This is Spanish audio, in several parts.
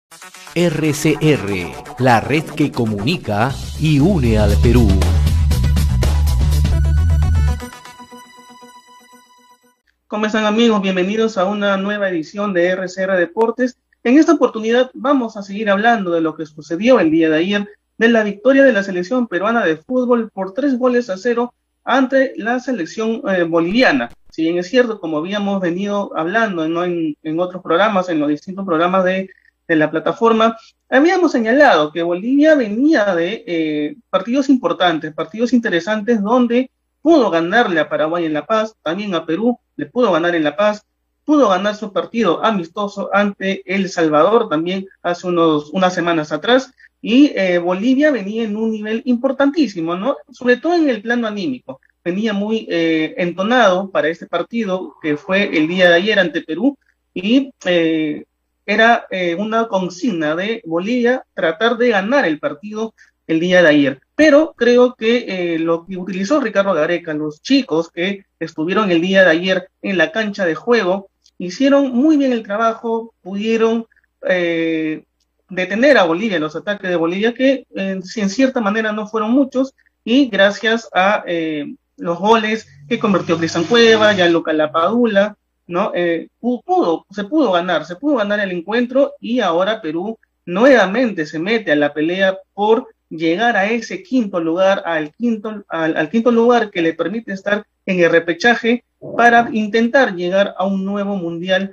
RCR, la red que comunica y une al Perú. ¿Cómo están, amigos? Bienvenidos a una nueva edición de RCR Deportes. En esta oportunidad vamos a seguir hablando de lo que sucedió el día de ayer, de la victoria de la selección peruana de fútbol por 3-0 ante la selección boliviana. Si bien es cierto, como habíamos venido hablando, ¿no? en otros programas, en los distintos programas de la plataforma, habíamos señalado que Bolivia venía de partidos importantes, partidos interesantes, donde pudo ganarle a Paraguay en La Paz, también a Perú le pudo ganar en La Paz, pudo ganar su partido amistoso ante El Salvador también hace unas semanas atrás, y Bolivia venía en un nivel importantísimo, ¿no? Sobre todo en el plano anímico. Venía muy entonado para este partido que fue el día de ayer ante Perú, y era una consigna de Bolivia tratar de ganar el partido el día de ayer. Pero creo que lo que utilizó Ricardo Gareca, los chicos que estuvieron el día de ayer en la cancha de juego, hicieron muy bien el trabajo, pudieron detener a Bolivia, los ataques de Bolivia, que en cierta manera no fueron muchos, y gracias a los goles que convirtió Cristian Cueva, Gianluca Lapadula, ¿no? Se pudo ganar el encuentro, y ahora Perú nuevamente se mete a la pelea por llegar a ese quinto lugar, al quinto lugar que le permite estar en el repechaje para intentar llegar a un nuevo mundial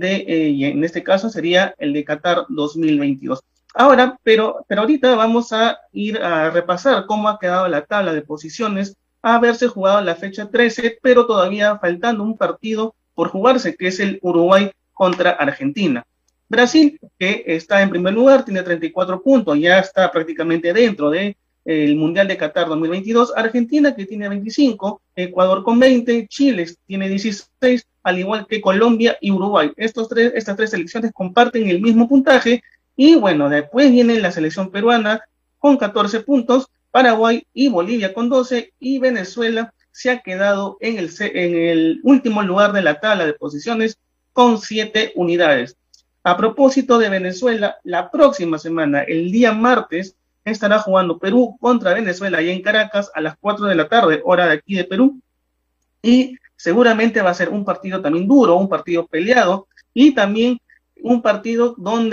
y en este caso sería el de Qatar 2022. Ahora, pero ahorita vamos a ir a repasar cómo ha quedado la tabla de posiciones, a haberse jugado la fecha 13, pero todavía faltando un partido por jugarse, que es el Uruguay contra Argentina. Brasil, que está en primer lugar, tiene 34 puntos, ya está prácticamente dentro del Mundial de Qatar 2022. Argentina, que tiene 25, Ecuador con 20, Chile tiene 16, al igual que Colombia y Uruguay. Estas tres selecciones comparten el mismo puntaje, y bueno, después viene la selección peruana con 14 puntos, Paraguay y Bolivia con 12, y Venezuela se ha quedado en el último lugar de la tabla de posiciones con 7 unidades. A propósito de Venezuela, la próxima semana, el día martes, estará jugando Perú contra Venezuela allá en Caracas a las 4 de la tarde, hora de aquí de Perú, y seguramente va a ser un partido también duro, un partido peleado, y también un partido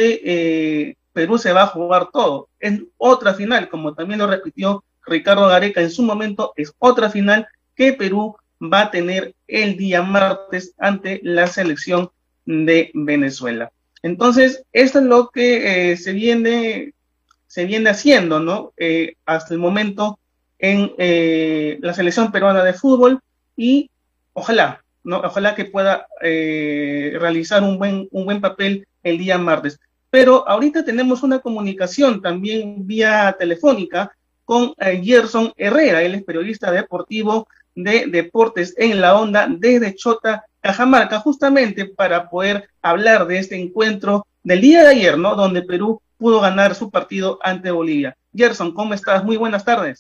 donde Perú se va a jugar todo. Es otra final, como también lo repitió Ricardo Gareca en su momento, es otra final que Perú va a tener el día martes ante la selección de Venezuela. Entonces, esto es lo que se viene haciendo, ¿no? Hasta el momento en la selección peruana de fútbol, y ojalá, ¿no? Ojalá que pueda realizar un buen papel el día martes. Pero ahorita tenemos una comunicación también vía telefónica con Gerson Herrera. Él es periodista deportivo de Deportes en la Onda desde Chota, Cajamarca, justamente para poder hablar de este encuentro del día de ayer, ¿no? Donde Perú pudo ganar su partido ante Bolivia. Gerson, ¿cómo estás? Muy buenas tardes.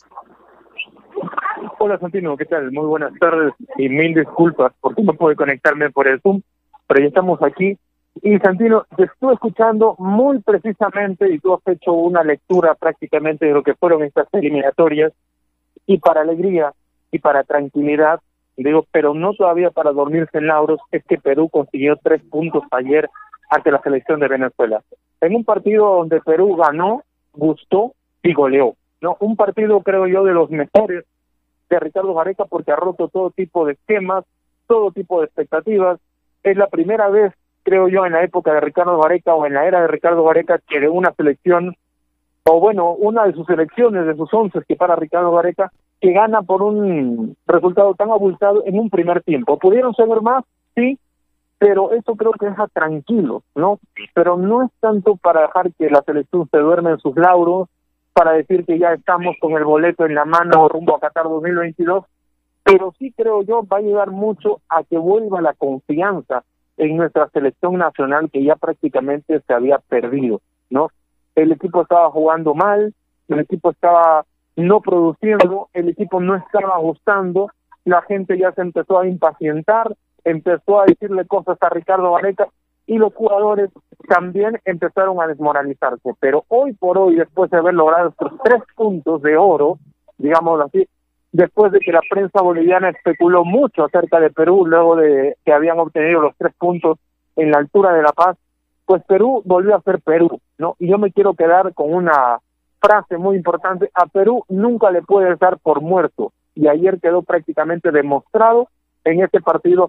Hola Santino, ¿qué tal? Muy buenas tardes y mil disculpas porque no pude conectarme por el Zoom, pero ya estamos aquí. Y Santino, te estuve escuchando muy precisamente y tú has hecho una lectura prácticamente de lo que fueron estas eliminatorias, y para alegría y para tranquilidad, digo, pero no todavía para dormirse en lauros, es que Perú consiguió 3 puntos ayer ante la selección de Venezuela. En un partido donde Perú ganó, gustó y goleó, ¿no? Un partido, creo yo, de los mejores de Ricardo Gareca, porque ha roto todo tipo de esquemas, todo tipo de expectativas. Es la primera vez, creo yo, en la época de Ricardo Gareca o en la era de Ricardo Gareca, que de una selección, o bueno, una de sus selecciones, de sus 11 que para Ricardo Gareca, que gana por un resultado tan abultado en un primer tiempo. ¿Pudieron ser más? Sí, pero eso creo que deja tranquilo, ¿no? Pero no es tanto para dejar que la selección se duerma en sus lauros, para decir que ya estamos con el boleto en la mano rumbo a Qatar 2022, pero sí creo yo va a ayudar mucho a que vuelva la confianza en nuestra selección nacional, que ya prácticamente se había perdido, ¿no? El equipo estaba jugando mal, el equipo estaba no produciendo, el equipo no estaba gustando, la gente ya se empezó a impacientar, empezó a decirle cosas a Ricardo Gareca y los jugadores también empezaron a desmoralizarse. Pero hoy por hoy, después de haber logrado estos 3 puntos de oro, digámoslo así, después de que la prensa boliviana especuló mucho acerca de Perú, luego de que habían obtenido los 3 puntos en la altura de La Paz, pues Perú volvió a ser Perú, ¿no? Y yo me quiero quedar con una frase muy importante: a Perú nunca le puedes dar por muerto, y ayer quedó prácticamente demostrado en este partido.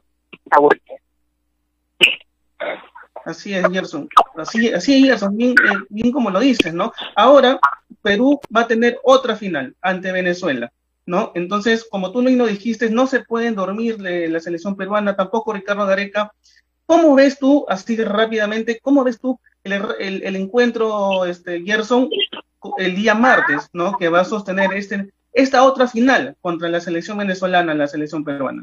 Así es, Gerson. Así es, Gerson, bien como lo dices, ¿no? Ahora Perú va a tener otra final ante Venezuela, ¿no? Entonces, como tú mismo dijiste, no se pueden dormir la selección peruana, tampoco Ricardo Gareca. ¿Cómo ves tú, así rápidamente, cómo ves tú el encuentro, Gerson, el día martes, ¿no? Que va a sostener esta otra final contra la selección venezolana, la selección peruana?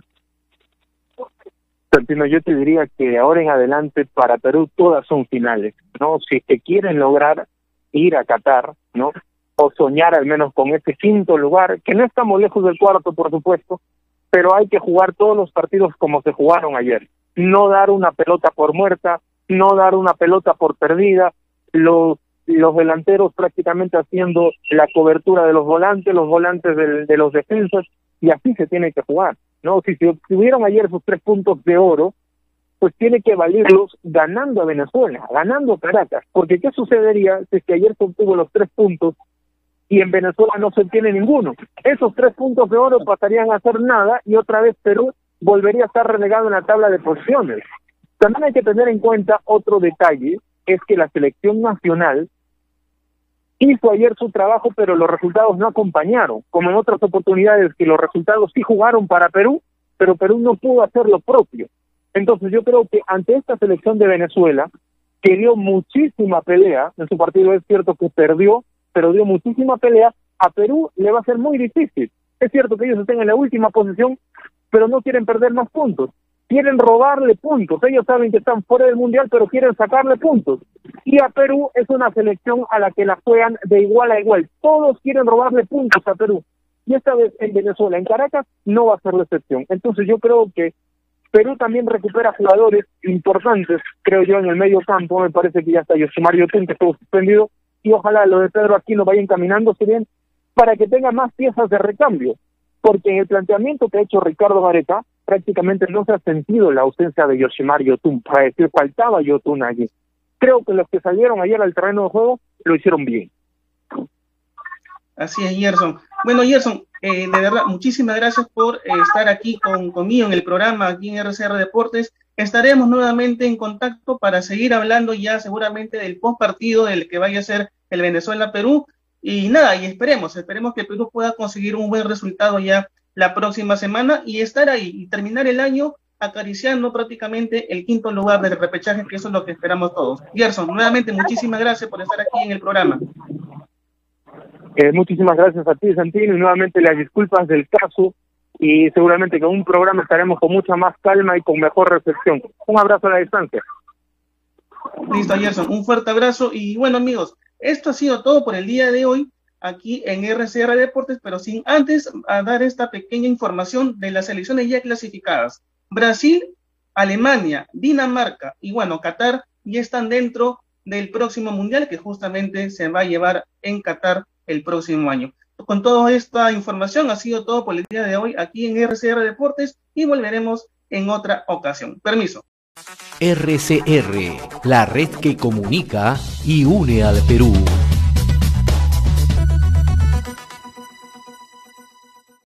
Santino, yo te diría que de ahora en adelante para Perú todas son finales, ¿no? Si es que quieren lograr ir a Qatar, ¿no? O soñar al menos con ese 5º lugar, que no estamos lejos del 4º, por supuesto, pero hay que jugar todos los partidos como se jugaron ayer. No dar una pelota por muerta, no dar una pelota por perdida, los delanteros prácticamente haciendo la cobertura de los volantes de los defensas, y así se tiene que jugar, ¿no? Si se obtuvieron ayer sus 3 puntos de oro, pues tiene que valirlos ganando a Venezuela, ganando a Caracas, porque ¿qué sucedería si es que ayer se obtuvo los 3 puntos y en Venezuela no se obtiene ninguno? Esos 3 puntos de oro pasarían a ser nada y otra vez Perú volvería a estar relegado en la tabla de posiciones. También hay que tener en cuenta otro detalle, es que la selección nacional hizo ayer su trabajo, pero los resultados no acompañaron, como en otras oportunidades que los resultados sí jugaron para Perú, pero Perú no pudo hacer lo propio. Entonces yo creo que ante esta selección de Venezuela, que dio muchísima pelea, en su partido es cierto que perdió, pero dio muchísima pelea, a Perú le va a ser muy difícil. Es cierto que ellos están en la última posición, pero no quieren perder más puntos. Quieren robarle puntos. Ellos saben que están fuera del Mundial, pero quieren sacarle puntos. Y a Perú es una selección a la que la juegan de igual a igual. Todos quieren robarle puntos a Perú. Y esta vez en Venezuela, en Caracas, no va a ser la excepción. Entonces yo creo que Perú también recupera jugadores importantes, creo yo, en el medio campo. Me parece que ya está Yoshimar Yotun, que estuvo suspendido, y ojalá lo de Pedro Aquino vaya encaminándose bien para que tenga más piezas de recambio. Porque en el planteamiento que ha hecho Ricardo Gareca, prácticamente no se ha sentido la ausencia de Yoshimar Yotun, para decir, faltaba Yotun allí. Creo que los que salieron ayer al terreno de juego lo hicieron bien. Así es, Gerson. Bueno, Gerson, de verdad, muchísimas gracias por estar aquí conmigo en el programa, aquí en RCR Deportes. Estaremos nuevamente en contacto para seguir hablando ya seguramente del post partido del que vaya a ser el Venezuela-Perú. Y nada, y esperemos que Perú pueda conseguir un buen resultado ya la próxima semana y estar ahí y terminar el año acariciando prácticamente el 5º lugar del repechaje, que eso es lo que esperamos todos. Gerson, nuevamente muchísimas gracias por estar aquí en el programa. Muchísimas gracias a ti, Santino, y nuevamente las disculpas del caso, y seguramente con un programa estaremos con mucha más calma y con mejor recepción. Un abrazo a la distancia. Listo, Gerson, un fuerte abrazo. Y bueno, amigos, esto ha sido todo por el día de hoy aquí en RCR Deportes, pero sin antes a dar esta pequeña información de las selecciones ya clasificadas. Brasil, Alemania, Dinamarca y bueno, Qatar ya están dentro del próximo mundial que justamente se va a llevar en Qatar el próximo año. Con toda esta información ha sido todo por el día de hoy aquí en RCR Deportes y volveremos en otra ocasión. Permiso. RCR, la red que comunica y une al Perú.